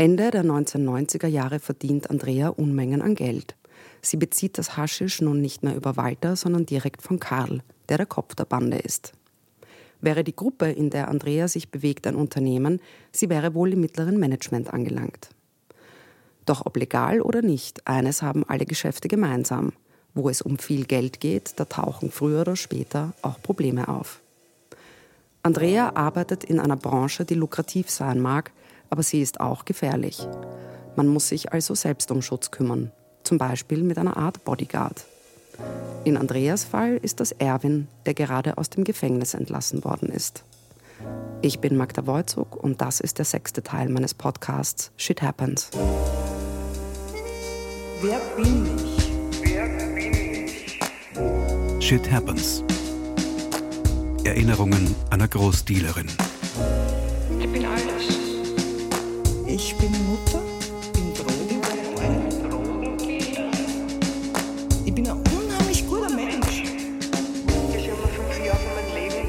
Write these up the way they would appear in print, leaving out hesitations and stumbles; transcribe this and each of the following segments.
Ende der 1990er Jahre verdient Andrea Unmengen an Geld. Sie bezieht das Haschisch nun nicht mehr über Walter, sondern direkt von Karl, der Kopf der Bande ist. Wäre die Gruppe, in der Andrea sich bewegt, ein Unternehmen, sie wäre wohl im mittleren Management angelangt. Doch ob legal oder nicht, eines haben alle Geschäfte gemeinsam. Wo es um viel Geld geht, da tauchen früher oder später auch Probleme auf. Andrea arbeitet in einer Branche, die lukrativ sein mag, aber sie ist auch gefährlich. Man muss sich also selbst um Schutz kümmern, zum Beispiel mit einer Art Bodyguard. In Andreas Fall ist das Erwin, der gerade aus dem Gefängnis entlassen worden ist. Ich bin Magda Wojcuk und das ist der 6. Teil meines Podcasts Shit Happens. Wer bin ich? Shit Happens. Erinnerungen einer Großdealerin. Ich bin alles. Ich bin Mutter, bin Drogendealer. Ich bin ein unheimlich guter Mensch. Ich habe 5 Jahre von meinem Leben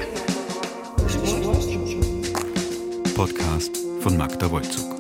genommen. Podcast von Magda Wojcuk.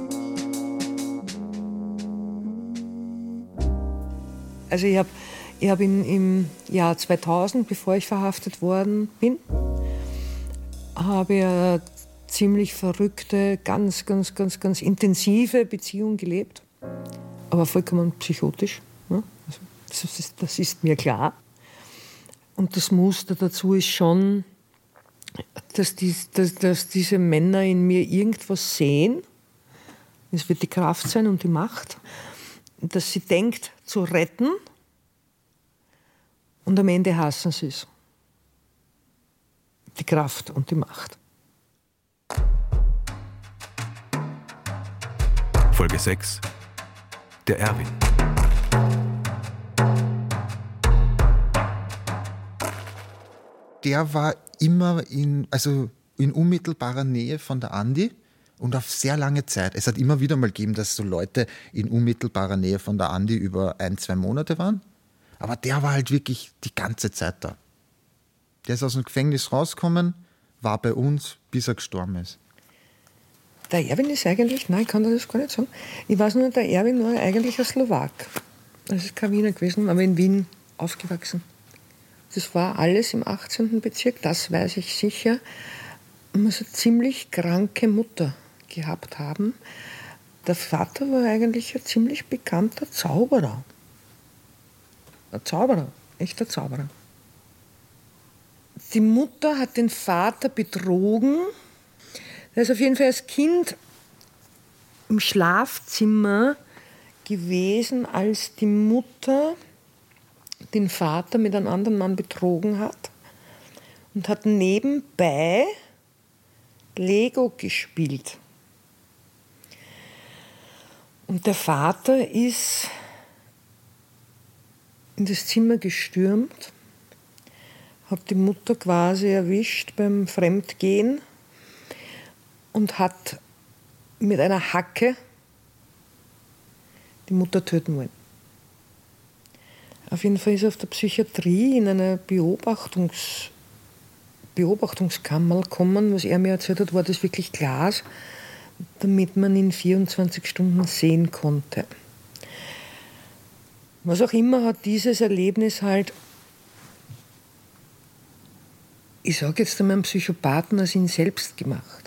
Also ich hab im Jahr 2000, bevor ich verhaftet worden bin, habe ich eine ziemlich verrückte, ganz intensive Beziehung gelebt. Aber vollkommen psychotisch. Ne? Also das ist mir klar. Und das Muster dazu ist schon, dass diese Männer in mir irgendwas sehen. Es wird die Kraft sein und die Macht, dass sie denkt zu retten und am Ende hassen sie es. Die Kraft und die Macht. Folge 6. Der Erwin. Der war immer in unmittelbarer Nähe von der Andi und auf sehr lange Zeit. Es hat immer wieder mal gegeben, dass so Leute in unmittelbarer Nähe von der Andi über 1-2 Monate waren. Aber der war halt wirklich die ganze Zeit da. Der ist aus dem Gefängnis rausgekommen, war bei uns, bis er gestorben ist. Der Erwin ist eigentlich, nein, ich kann das gar nicht sagen. Ich weiß nur, der Erwin war eigentlich ein Slowak. Das ist kein Wiener gewesen, aber in Wien aufgewachsen. Das war alles im 18. Bezirk, das weiß ich sicher. Und muss eine ziemlich kranke Mutter gehabt haben. Der Vater war eigentlich ein ziemlich bekannter Zauberer. Ein Zauberer, echter Zauberer. Die Mutter hat den Vater betrogen. Er ist auf jeden Fall als Kind im Schlafzimmer gewesen, als die Mutter den Vater mit einem anderen Mann betrogen hat und hat nebenbei Lego gespielt. Und der Vater ist in das Zimmer gestürmt, hat die Mutter quasi erwischt beim Fremdgehen und hat mit einer Hacke die Mutter töten wollen. Auf jeden Fall ist er auf der Psychiatrie in eine Beobachtungskammer gekommen. Was er mir erzählt hat, war das wirklich Glas, damit man ihn 24 Stunden sehen konnte. Was auch immer hat dieses Erlebnis halt, ich sage jetzt einmal, einen Psychopathen als ihn selbst gemacht.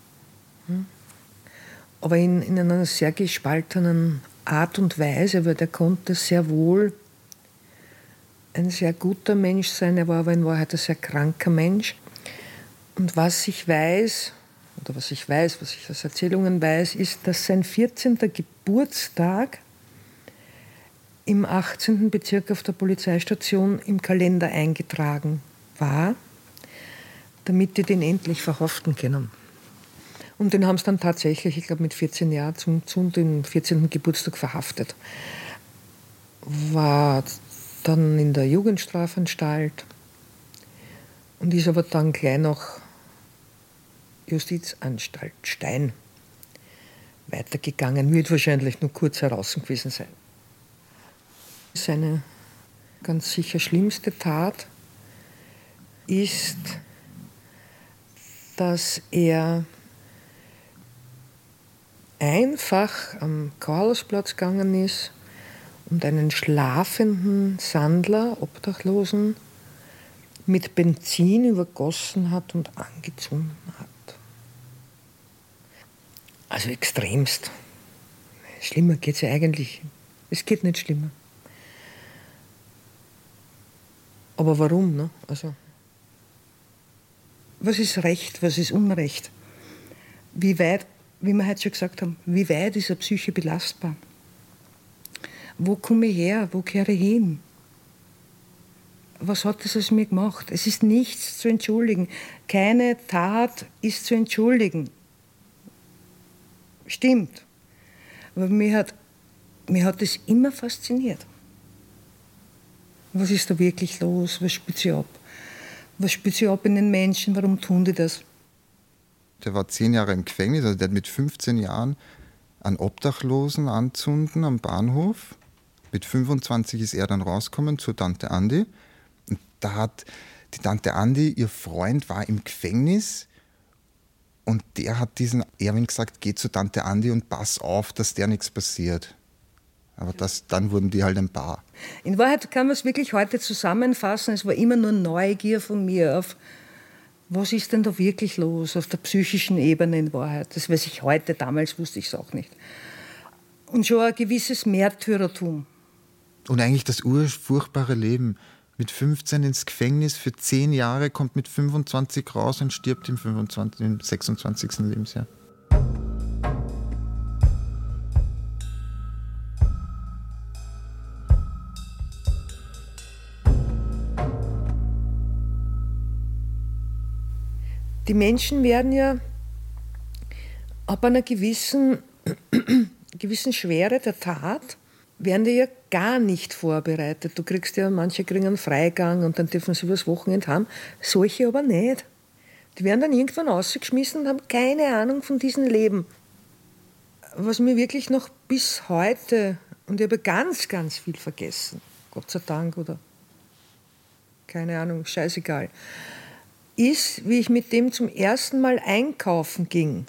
Aber in einer sehr gespaltenen Art und Weise, weil der konnte sehr wohl ein sehr guter Mensch sein, er war aber in Wahrheit ein sehr kranker Mensch. Und was ich aus Erzählungen weiß, ist, dass sein 14. Geburtstag im 18. Bezirk auf der Polizeistation im Kalender eingetragen war, damit die den endlich verhaften können. Und den haben sie dann tatsächlich, ich glaube mit 14 Jahren, zum dem 14. Geburtstag verhaftet. War dann in der Jugendstrafanstalt und ist aber dann gleich nach Justizanstalt Stein weitergegangen, wird wahrscheinlich nur kurz heraus gewesen sein. Seine ganz sicher schlimmste Tat ist, dass er einfach am Karlsplatz gegangen ist und einen schlafenden Sandler, Obdachlosen, mit Benzin übergossen hat und angezündet hat. Also extremst. Schlimmer geht es ja eigentlich. Es geht nicht schlimmer. Aber warum? Ne? Also, was ist Recht, was ist Unrecht? Wie weit, wie wir heute schon gesagt haben, wie weit ist eine Psyche belastbar? Wo komme ich her? Wo kehre ich hin? Was hat das aus mir gemacht? Es ist nichts zu entschuldigen. Keine Tat ist zu entschuldigen. Stimmt. Aber mich hat das immer fasziniert. Was ist da wirklich los? Was spielt sie ab? Was spielt sie ab in den Menschen? Warum tun die das? Der war 10 Jahre im Gefängnis, also der hat mit 15 Jahren einen Obdachlosen anzünden am Bahnhof. Mit 25 ist er dann rausgekommen zur Tante Andi. Und da hat die Tante Andi, ihr Freund war im Gefängnis und der hat diesen Erwin gesagt, geh zu Tante Andi und pass auf, dass der nichts passiert. Aber dann wurden die halt ein Paar. In Wahrheit kann man es wirklich heute zusammenfassen. Es war immer nur Neugier von mir auf, was ist denn da wirklich los auf der psychischen Ebene in Wahrheit. Das weiß ich heute, damals wusste ich es auch nicht. Und schon ein gewisses Märtyrertum. Und eigentlich das urfurchtbare Leben. Mit 15 ins Gefängnis für 10 Jahre, kommt mit 25 raus und stirbt im 26. Lebensjahr. Die Menschen werden ja ab einer gewissen Schwere der Tat, werden die ja gar nicht vorbereitet. Du kriegst ja, manche kriegen einen Freigang und dann dürfen sie übers Wochenende haben. Solche aber nicht. Die werden dann irgendwann rausgeschmissen und haben keine Ahnung von diesem Leben. Was mir wirklich noch bis heute, und ich habe ganz, ganz viel vergessen, Gott sei Dank oder keine Ahnung, scheißegal, ist, wie ich mit dem zum ersten Mal einkaufen ging,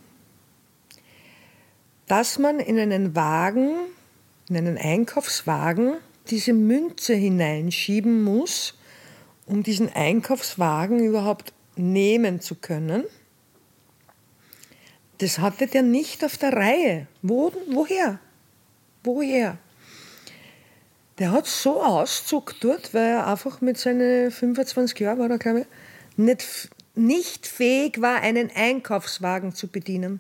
dass man in einen Einkaufswagen, diese Münze hineinschieben muss, um diesen Einkaufswagen überhaupt nehmen zu können. Das hatte der nicht auf der Reihe. Woher? Der hat so auszuckt dort, weil er einfach mit seinen 25 Jahren, war er, glaube ich, nicht fähig war, einen Einkaufswagen zu bedienen.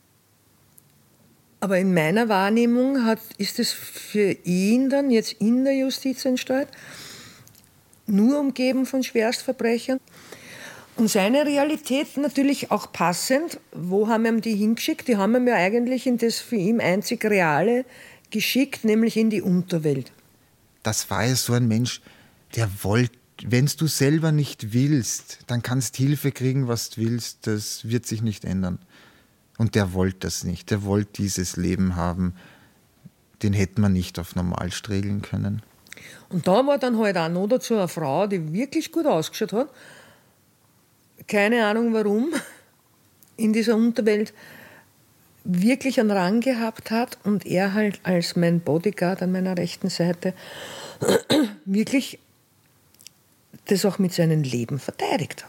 Aber in meiner Wahrnehmung ist es für ihn dann jetzt in der Justizanstalt nur umgeben von Schwerstverbrechern. Und seine Realität natürlich auch passend. Wo haben ihm die hingeschickt? Die haben ihm ja eigentlich in das für ihn einzig Reale geschickt, nämlich in die Unterwelt. Das war ja so ein Mensch, der wollte, wenn du selber nicht willst, dann kannst Hilfe kriegen, was du willst, das wird sich nicht ändern. Und der wollte das nicht, der wollte dieses Leben haben, den hätte man nicht auf Normalst regeln können. Und da war dann halt auch noch dazu eine Frau, die wirklich gut ausgeschaut hat, keine Ahnung warum, in dieser Unterwelt wirklich einen Rang gehabt hat und er halt als mein Bodyguard an meiner rechten Seite wirklich das auch mit seinem Leben verteidigt hat.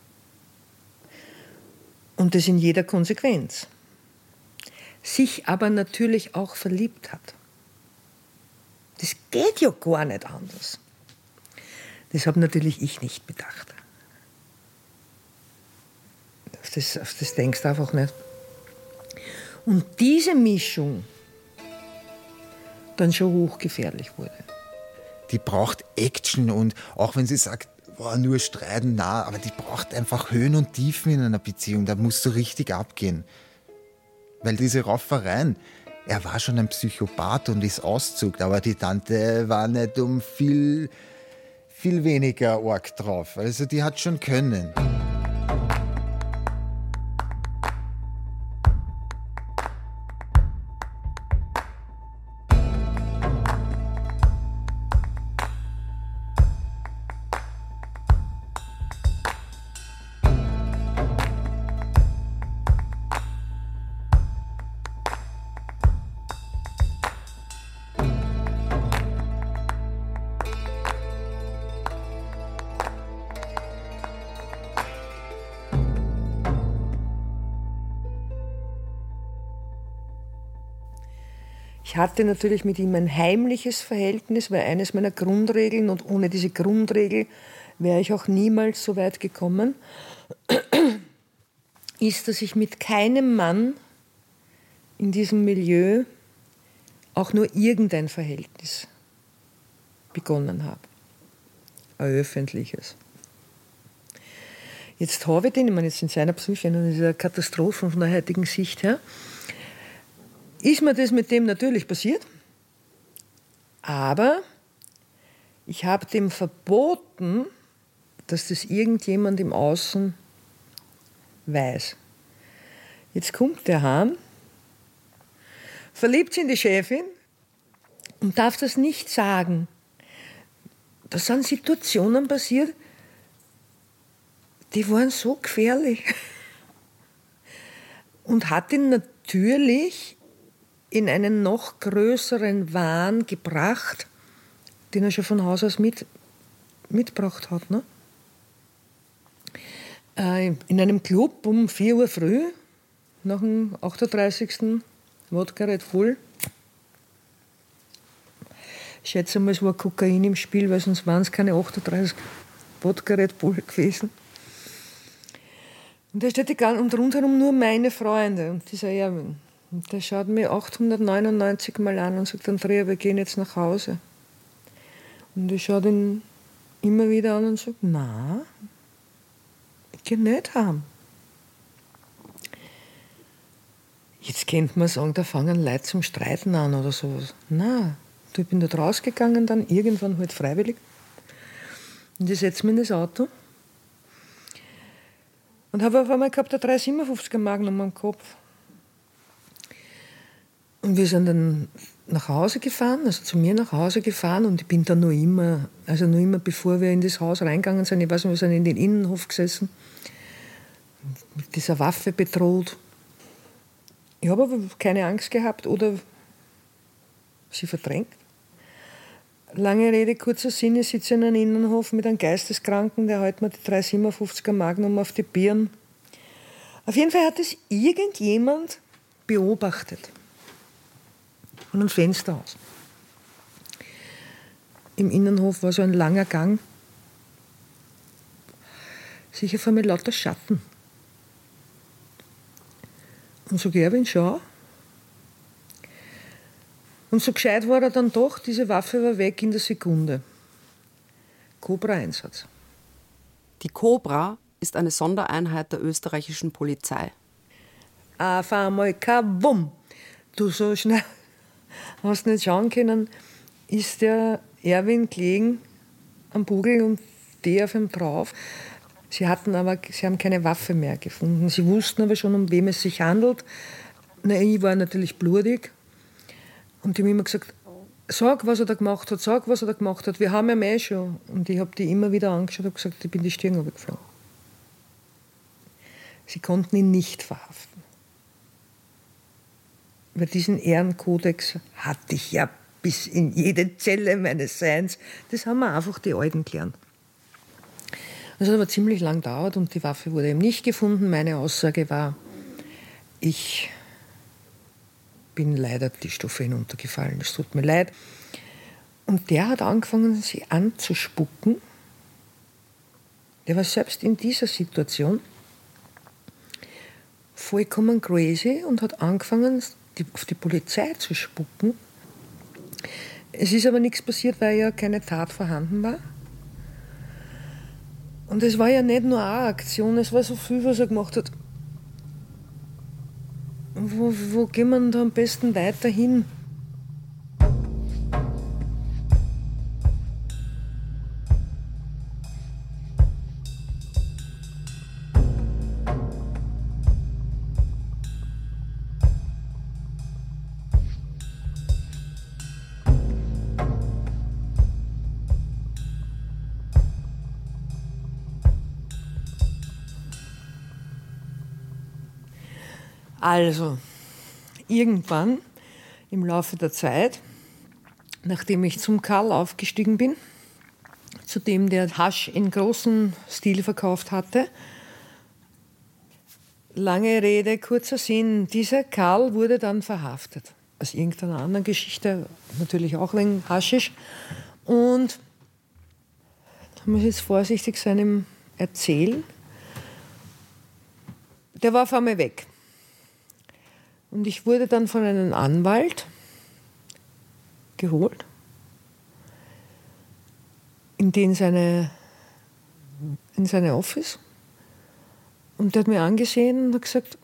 Und das in jeder Konsequenz. Sich aber natürlich auch verliebt hat. Das geht ja gar nicht anders. Das habe natürlich ich nicht bedacht. Auf das denkst du einfach nicht. Und diese Mischung dann schon hochgefährlich wurde. Die braucht Action und auch wenn sie sagt, boah, nur streiten, na, aber die braucht einfach Höhen und Tiefen in einer Beziehung. Da musst du richtig abgehen. Weil diese Raufereien, er war schon ein Psychopath und ist auszuckt, aber die Tante war nicht um viel weniger arg drauf. Also die hat schon können. Ich hatte natürlich mit ihm ein heimliches Verhältnis, weil eines meiner Grundregeln, und ohne diese Grundregel wäre ich auch niemals so weit gekommen, ist, dass ich mit keinem Mann in diesem Milieu auch nur irgendein Verhältnis begonnen habe. Ein öffentliches. Jetzt habe ich den, ich meine, jetzt in seiner Psyche, das ist eine Katastrophe von der heutigen Sicht her, ist mir das mit dem natürlich passiert, aber ich habe dem verboten, dass das irgendjemand im Außen weiß. Jetzt kommt der heim, verliebt sich in die Chefin und darf das nicht sagen. Da sind Situationen passiert, die waren so gefährlich. Und hat ihn natürlich in einen noch größeren Wahn gebracht, den er schon von Haus aus mitgebracht hat. Ne? In einem Club um 4 Uhr früh, nach dem 38. Wodka Red Bull. Ich schätze mal, es war Kokain im Spiel, weil sonst waren es keine 38 Wodka Red Bull gewesen. Und da steht und rundherum nur meine Freunde und dieser Erwin. Und der schaut mir 899 Mal an und sagt, Andrea, wir gehen jetzt nach Hause. Und ich schaue ihn immer wieder an und sage, na, ich gehe nicht heim. Jetzt könnte man sagen, da fangen Leute zum Streiten an oder sowas. Nein, ich bin dort rausgegangen, dann irgendwann halt freiwillig. Und ich setze mich in das Auto und habe auf einmal gehabt, eine 357er Magnum am Kopf. Und wir sind dann nach Hause gefahren, also zu mir nach Hause gefahren und ich bin dann noch immer, bevor wir in das Haus reingegangen sind, ich weiß nicht, wir sind in den Innenhof gesessen, mit dieser Waffe bedroht. Ich habe aber keine Angst gehabt oder sie verdrängt. Lange Rede, kurzer Sinn, ich sitze in einem Innenhof mit einem Geisteskranken, der hält mir die 357er Magnum auf die Birn. Auf jeden Fall hat es irgendjemand beobachtet. Von einem Fenster aus. Im Innenhof war so ein langer Gang. Sicher vor mir lauter Schatten. Und so Gerwin, schau. Und so gescheit war er dann doch, diese Waffe war weg in der Sekunde. Cobra-Einsatz. Die Cobra ist eine Sondereinheit der österreichischen Polizei. Auf einmal kabum! Du, so schnell hast nicht schauen können, ist der Erwin gelegen am Bugel und die auf ihm drauf. Sie haben keine Waffe mehr gefunden. Sie wussten aber schon, um wem es sich handelt. Ich war natürlich blutig. Und die haben immer gesagt, sag, was er da gemacht hat, sag, was er da gemacht hat. Wir haben ja schon. Und ich habe die immer wieder angeschaut und gesagt, ich bin die Stirn runtergeflogen. Sie konnten ihn nicht verhaften. Weil diesen Ehrenkodex hatte ich ja bis in jede Zelle meines Seins. Das haben wir einfach die Alten gelernt. Das hat aber ziemlich lang gedauert und die Waffe wurde eben nicht gefunden. Meine Aussage war, ich bin leider die Stufe hinuntergefallen, es tut mir leid. Und der hat angefangen, sie anzuspucken. Der war selbst in dieser Situation vollkommen crazy und hat angefangen, auf die Polizei zu spucken. Es ist aber nichts passiert, weil ja keine Tat vorhanden war. Und es war ja nicht nur eine Aktion, es war so viel, was er gemacht hat. Wo gehen wir denn da am besten weiter hin? Also, irgendwann im Laufe der Zeit, nachdem ich zum Karl aufgestiegen bin, zu dem der Hasch in großem Stil verkauft hatte, lange Rede, kurzer Sinn, dieser Karl wurde dann verhaftet. aus irgendeiner anderen Geschichte, natürlich auch wegen Haschisch. Und da muss ich jetzt vorsichtig sein im Erzählen. Der war auf einmal weg. Und ich wurde dann von einem Anwalt geholt, in seine Office. Und der hat mir angesehen und hat gesagt,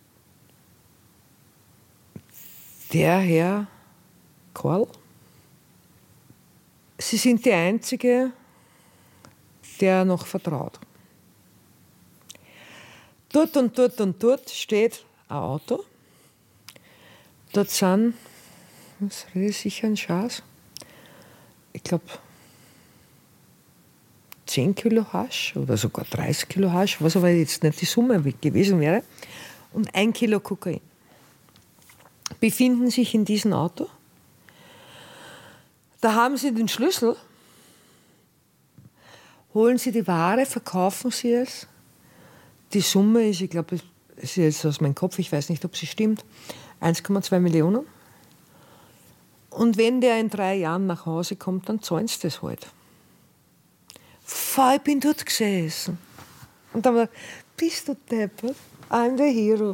der Herr Karl, Sie sind die Einzige, der noch vertraut. Dort und dort und dort steht ein Auto. Dort sind, was rede ich sicher, ein Schatz, ich glaube 10 Kilo Hasch oder sogar 30 Kilo Hasch, was aber jetzt nicht die Summe gewesen wäre, und 1 Kilo Kokain. Befinden sich in diesem Auto. Da haben Sie den Schlüssel, holen Sie die Ware, verkaufen Sie es. Die Summe ist, ich glaube, es ist jetzt aus meinem Kopf, ich weiß nicht, ob sie stimmt, 1,2 Millionen. Und wenn der in 3 Jahren nach Hause kommt, dann zahlen Sie das halt. Ich bin dort gesessen. Und dann war, bist du deppert? I'm the hero.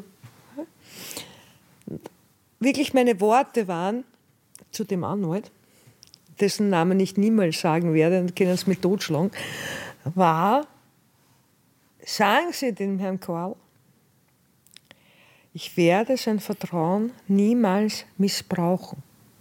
Wirklich meine Worte waren zu dem Anwalt, dessen Namen ich niemals sagen werde, und können es mir totschlagen, war, sagen Sie dem Herrn Karl, ich werde sein Vertrauen niemals missbrauchen.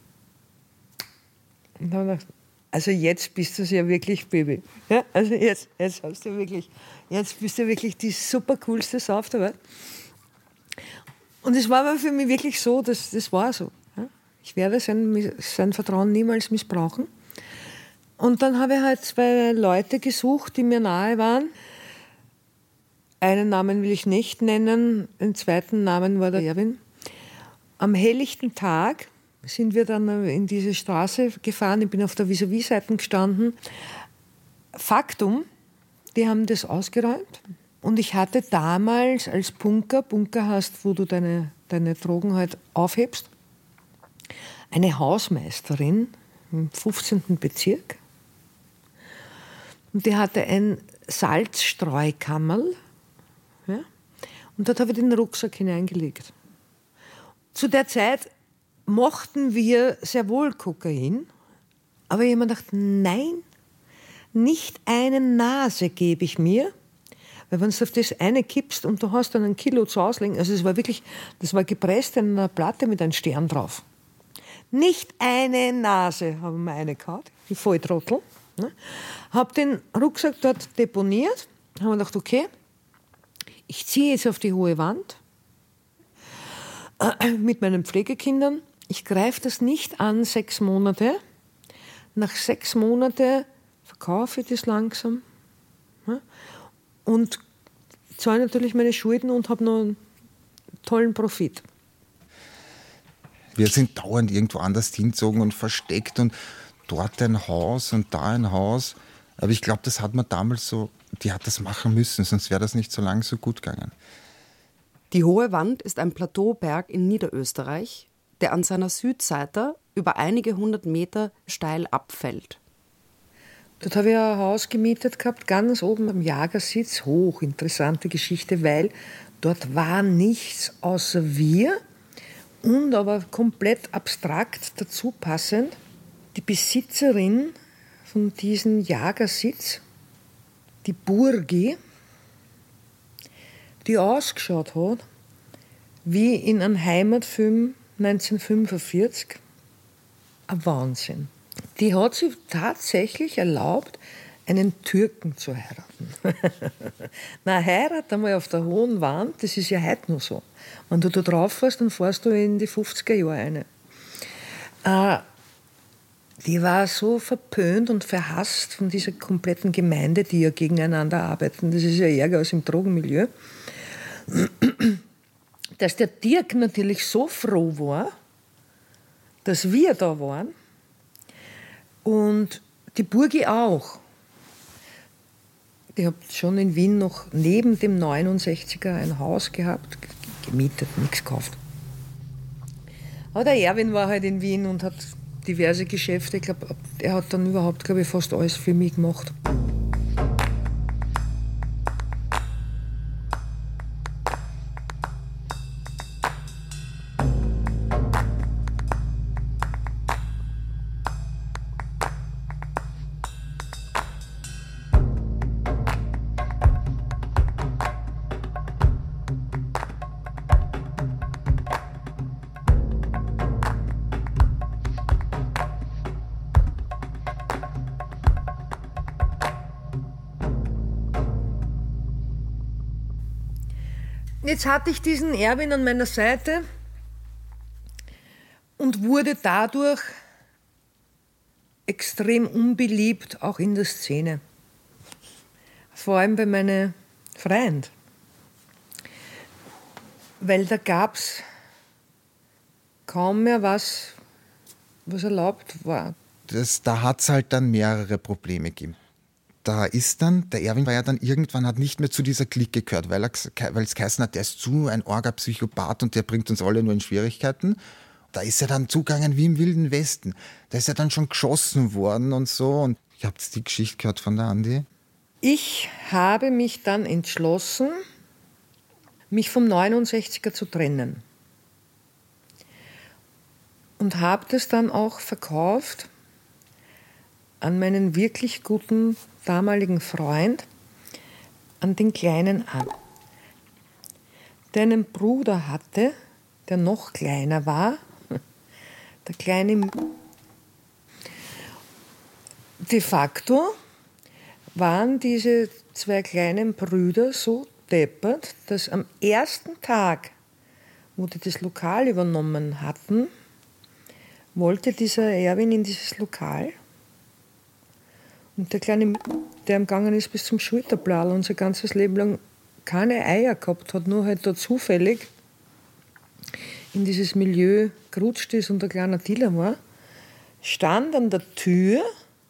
Und dann habe ich gedacht, also jetzt bist du es ja wirklich, Baby. Ja, also jetzt hast du wirklich, jetzt bist du wirklich die super coolste Sau auf der Welt. Und es war aber für mich wirklich so, das war so. Ja. Ich werde sein Vertrauen niemals missbrauchen. Und dann habe ich halt 2 Leute gesucht, die mir nahe waren. Einen Namen will ich nicht nennen, den zweiten Namen war der Erwin. Am helllichten Tag sind wir dann in diese Straße gefahren. Ich bin auf der Vis-à-vis-Seite gestanden. Faktum, die haben das ausgeräumt. Und ich hatte damals als Bunker hast, wo du deine Drogen halt aufhebst, eine Hausmeisterin im 15. Bezirk. Und die hatte ein Salzstreukammerl. Ja? Und dort habe ich den Rucksack hineingelegt. Zu der Zeit mochten wir sehr wohl Kokain, aber ich habe mir gedacht, nein, nicht eine Nase gebe ich mir, weil wenn du auf das eine kippst und du hast dann 1 Kilo zu auslegen, also es war wirklich, das war gepresst in einer Platte mit einem Stern drauf. Nicht eine Nase haben wir eine gehabt, die Volltrottel. Ne? Habe den Rucksack dort deponiert, habe mir gedacht, okay, ich ziehe jetzt auf die hohe Wand mit meinen Pflegekindern. Ich greife das nicht an 6 Monate. Nach 6 Monaten verkaufe ich das langsam. Ja? Und zahle natürlich meine Schulden und habe noch einen tollen Profit. Wir sind dauernd irgendwo anders hingezogen und versteckt und dort ein Haus und da ein Haus. Aber ich glaube, das hat man damals so, die hat das machen müssen, sonst wäre das nicht so lange so gut gegangen. Die Hohe Wand ist ein Plateauberg in Niederösterreich, der an seiner Südseite über einige 100 Meter steil abfällt. Dort habe ich ein Haus gemietet gehabt, ganz oben am Jagersitz. Hochinteressante Geschichte, weil dort war nichts außer wir und aber komplett abstrakt dazu passend die Besitzerin von diesem Jagersitz, die Burgi, die ausgeschaut hat wie in einem Heimatfilm 1945. Ein Wahnsinn. Die hat sich tatsächlich erlaubt, einen Türken zu heiraten. Na, Heirat einmal auf der Hohen Wand, das ist ja heute noch so. Wenn du da drauf fährst, dann fährst du in die 50er Jahre rein. Die war so verpönt und verhasst von dieser kompletten Gemeinde, die ja gegeneinander arbeiten. Das ist ja Ärger aus dem Drogenmilieu. Dass der Dirk natürlich so froh war, dass wir da waren und die Burgi auch. Ich habe schon in Wien noch neben dem 69er ein Haus gehabt, gemietet, nichts gekauft. Aber der Erwin war halt in Wien und hat diverse Geschäfte. Ich glaube, er hat dann überhaupt, glaube ich, fast alles für mich gemacht. Jetzt hatte ich diesen Erwin an meiner Seite und wurde dadurch extrem unbeliebt, auch in der Szene. Vor allem bei meinen Freunden. Weil da gab es kaum mehr was erlaubt war. Da hat es halt dann mehrere Probleme gegeben. Da ist dann, der Erwin war ja dann irgendwann, hat nicht mehr zu dieser Clique gehört, weil es geheißen hat, der ist zu ein Orga-Psychopath und der bringt uns alle nur in Schwierigkeiten. Da ist er dann zugegangen wie im Wilden Westen. Da ist er dann schon geschossen worden und so. Und ich habe die Geschichte gehört von der Andi. Ich habe mich dann entschlossen, mich vom 69er zu trennen. Und habe das dann auch verkauft an meinen wirklich guten damaligen Freund, an den kleinen an. Der einen Bruder hatte, der noch kleiner war. Der kleine. De facto waren diese zwei kleinen Brüder so deppert, dass am ersten Tag, wo die das Lokal übernommen hatten, wollte dieser Erwin in dieses Lokal. Und der Kleine, der am Gangen ist bis zum Schulterblatt und sein ganzes Leben lang keine Eier gehabt hat, nur halt da zufällig in dieses Milieu gerutscht ist und ein kleiner Dealer war, stand an der Tür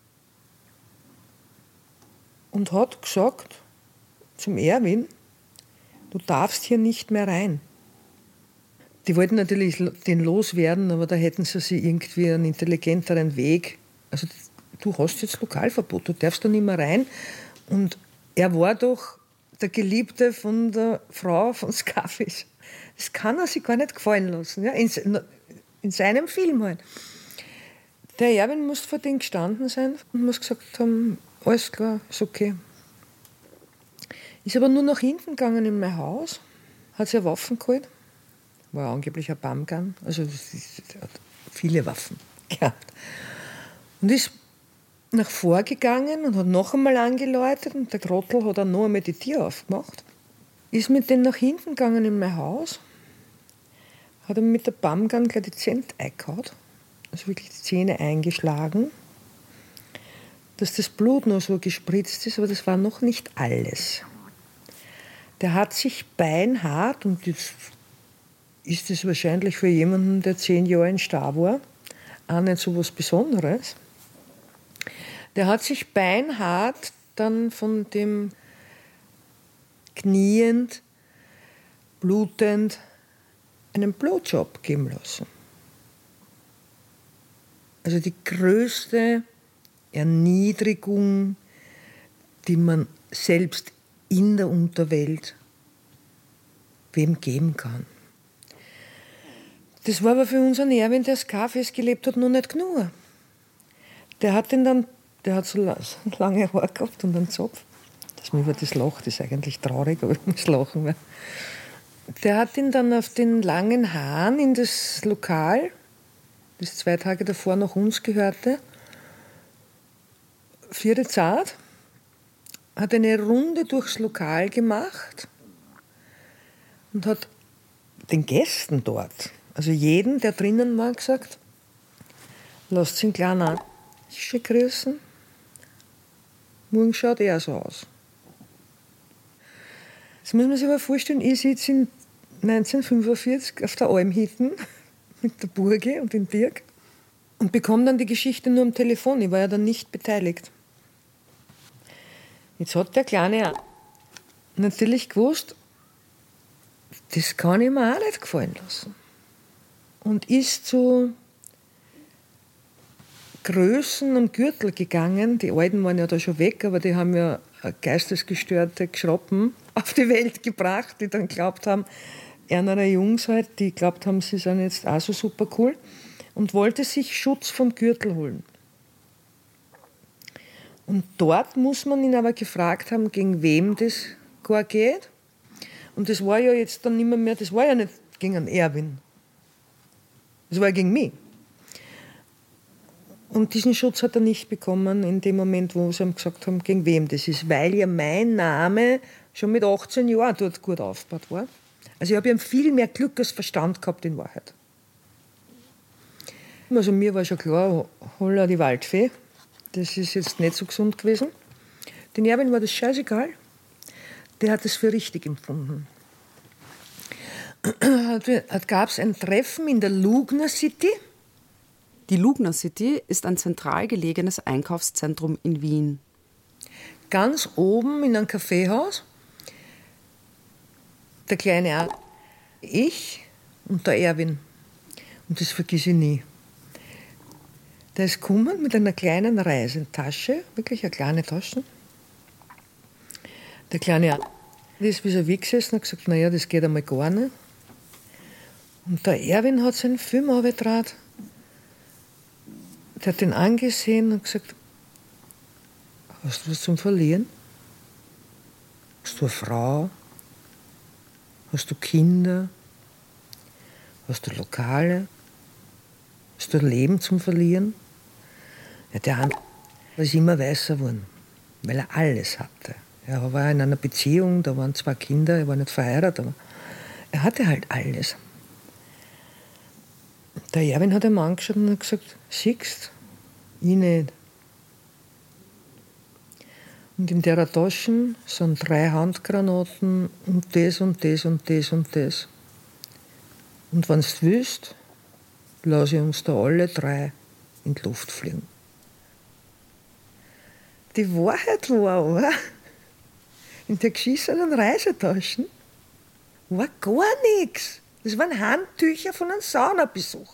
und hat gesagt zum Erwin, du darfst hier nicht mehr rein. Die wollten natürlich den loswerden, aber da hätten sie sich irgendwie einen intelligenteren Weg. Also du hast jetzt Lokalverbot, du darfst da nicht mehr rein. Und er war doch der Geliebte von der Frau von Scarface. Das kann er sich gar nicht gefallen lassen, ja? In seinem Film halt. Der Erwin muss vor denen gestanden sein und muss gesagt haben, alles klar, ist okay. Ist aber nur nach hinten gegangen in mein Haus, hat sich eine Waffe geholt, war angeblich ein Pumpgun, also er hat viele Waffen gehabt. Und ist nach vorgegangen und hat noch einmal angeläutet und der Trottel hat dann noch einmal die Tür aufgemacht. Ist mit denen nach hinten gegangen in mein Haus, hat ihm mit der Pumpgun gleich die Zähne eingehauen, also wirklich die Zähne eingeschlagen, dass das Blut noch so gespritzt ist, aber das war noch nicht alles. Der hat sich beinhart, und jetzt ist es wahrscheinlich für jemanden, der 10 Jahre in Star war, auch nicht so was Besonderes. Der hat sich beinhart dann von dem kniend, blutend einen Blowjob geben lassen. Also die größte Erniedrigung, die man selbst in der Unterwelt wem geben kann. Das war aber für unseren Erwin, der Scarface gelebt hat, noch nicht genug. Der hat so lange Haare gehabt und einen Zopf. Dass man über das lacht, ist eigentlich traurig, aber ich muss lachen. Weil der hat ihn dann auf den langen Haaren in das Lokal, das 2 Tage davor noch uns gehörte, 4 Zart, hat eine Runde durchs Lokal gemacht und hat den Gästen dort, also jeden, der drinnen war, gesagt, lasst ihn klein an. Schön grüßen. Morgen schaut er so aus. Das muss man sich aber vorstellen, ich sitze in 1945 auf der Almhütten mit der Burge und dem Dirk und bekomme dann die Geschichte nur am Telefon. Ich war ja dann nicht beteiligt. Jetzt hat der Kleine natürlich gewusst, das kann ich mir auch nicht gefallen lassen. und ist zu Größen am Gürtel gegangen. Die Alten waren ja da schon weg, aber die haben ja geistesgestörte Geschroppen auf die Welt gebracht, die dann glaubt haben, ärmere Jungs halt, die glaubt haben, sie sind jetzt auch so super cool, und wollte sich Schutz vom Gürtel holen. Und dort muss man ihn aber gefragt haben, gegen wem das gar geht. Und das war ja jetzt dann nicht mehr, das war ja nicht gegen einen Erwin. Das war ja gegen mich. Und diesen Schutz hat er nicht bekommen in dem Moment, wo sie ihm gesagt haben, gegen wem das ist, weil ja mein Name schon mit 18 Jahren dort gut aufgebaut war. Also ich habe ja viel mehr Glück als Verstand gehabt in Wahrheit. Also mir war schon klar, holla die Waldfee, das ist jetzt nicht so gesund gewesen. Den Erwin war das scheißegal, der hat es für richtig empfunden. Da gab es ein Treffen in der Lugner City. Die Lugner City ist ein zentral gelegenes Einkaufszentrum in Wien. Ganz oben in einem Kaffeehaus. Der kleine ich und der Erwin. Und das vergesse ich nie. Der ist gekommen mit einer kleinen Reisetasche, wirklich eine kleine Tasche. Der kleine der ist vis-à-vis gesessen und hat gesagt, naja, das geht einmal gar nicht. Und der Erwin hat seinen Film aufgetragen. Der hat ihn angesehen und gesagt, hast du was zum Verlieren? Hast du eine Frau? Hast du Kinder? Hast du Lokale? Hast du ein Leben zum Verlieren? Ja, der Hand ist immer weißer geworden, weil er alles hatte. Er war in einer Beziehung, da waren 2 Kinder, er war nicht verheiratet, aber er hatte halt alles. Der Erwin hat ihn angeschaut und hat gesagt, siehst du, ich nicht. Und in der Tasche sind 3 Handgranaten und das und das und das und das. Und wenn du willst, lasse ich uns da alle 3 in die Luft fliegen. Die Wahrheit war aber, in der geschissenen Reisetaschen war gar nichts. Das waren Handtücher von einem Saunabesuch.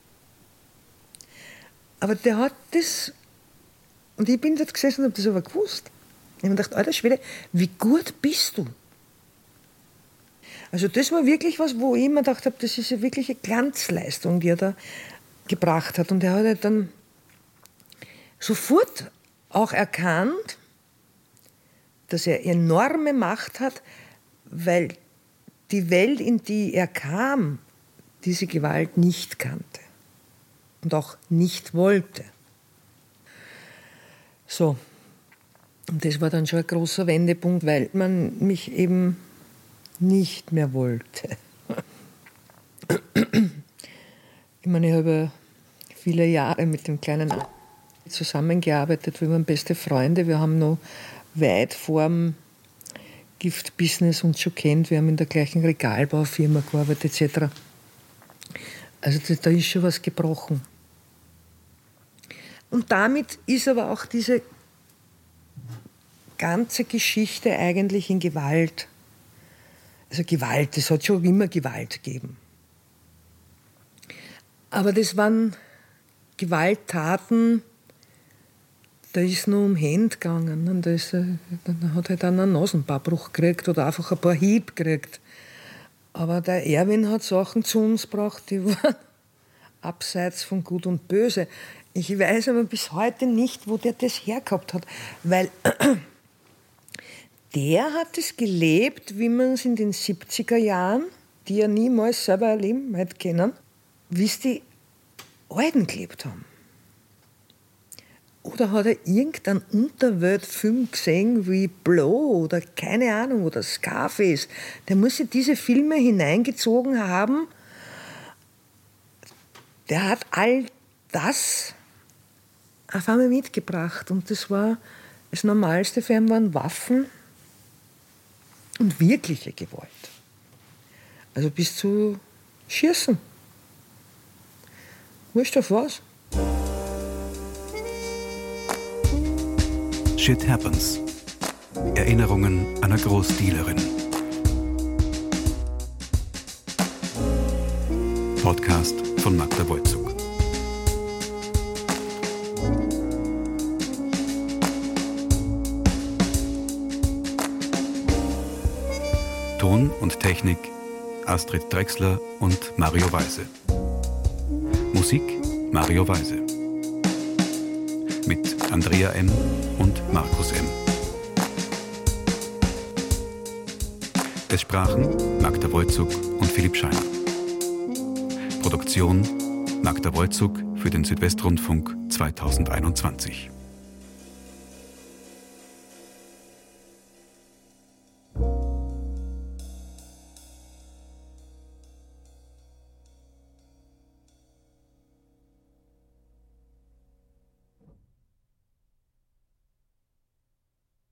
Aber der hat das, und ich bin dort gesessen und habe das aber gewusst. Ich habe mir gedacht, alter Schwede, wie gut bist du? Also das war wirklich was, wo ich mir gedacht habe, das ist eine wirkliche Glanzleistung, die er da gebracht hat. Und er hat halt dann sofort auch erkannt, dass er enorme Macht hat, weil die Welt, in die er kam, diese Gewalt nicht kannte und auch nicht wollte. So, und das war dann schon ein großer Wendepunkt, weil man mich eben nicht mehr wollte. Ich meine, ich habe viele Jahre mit dem kleinen zusammengearbeitet, wir waren beste Freunde, wir haben noch weit vor dem Giftbusiness uns schon kennt, wir haben in der gleichen Regalbaufirma gearbeitet etc. Also da ist schon was gebrochen. Und damit ist aber auch diese ganze Geschichte eigentlich in Gewalt. Also Gewalt, es hat schon immer Gewalt gegeben. Aber das waren Gewalttaten, da ist nur um Hände gegangen. Und dann hat halt einer einen Nasenbeinbruch gekriegt oder einfach ein paar Hiebe gekriegt. Aber der Erwin hat Sachen zu uns gebracht, die waren abseits von Gut und Böse. Ich weiß aber bis heute nicht, wo der das hergehabt hat, weil der hat es gelebt, wie man es in den 70er Jahren, die ja niemals selber erleben hätte können, wie es die Alten gelebt haben. Oder hat er irgendeinen Unterweltfilm gesehen wie Blow oder keine Ahnung, oder Scarface. Der muss sich diese Filme hineingezogen haben. Der hat all das auf einmal mitgebracht. Und das war das Normalste für ihn waren Waffen und wirkliche Gewalt. Also bis zu Schießen. Wurscht auf was. Shit Happens. Erinnerungen einer Großdealerin. Podcast von Magda Wolzug. Ton und Technik Astrid Drechsler und Mario Weise. Musik Mario Weise. Mit Andrea M. und Markus M. Es sprachen Magda Wolzug und Philipp Scheiner. Produktion Magda Wolzug für den Südwestrundfunk 2021.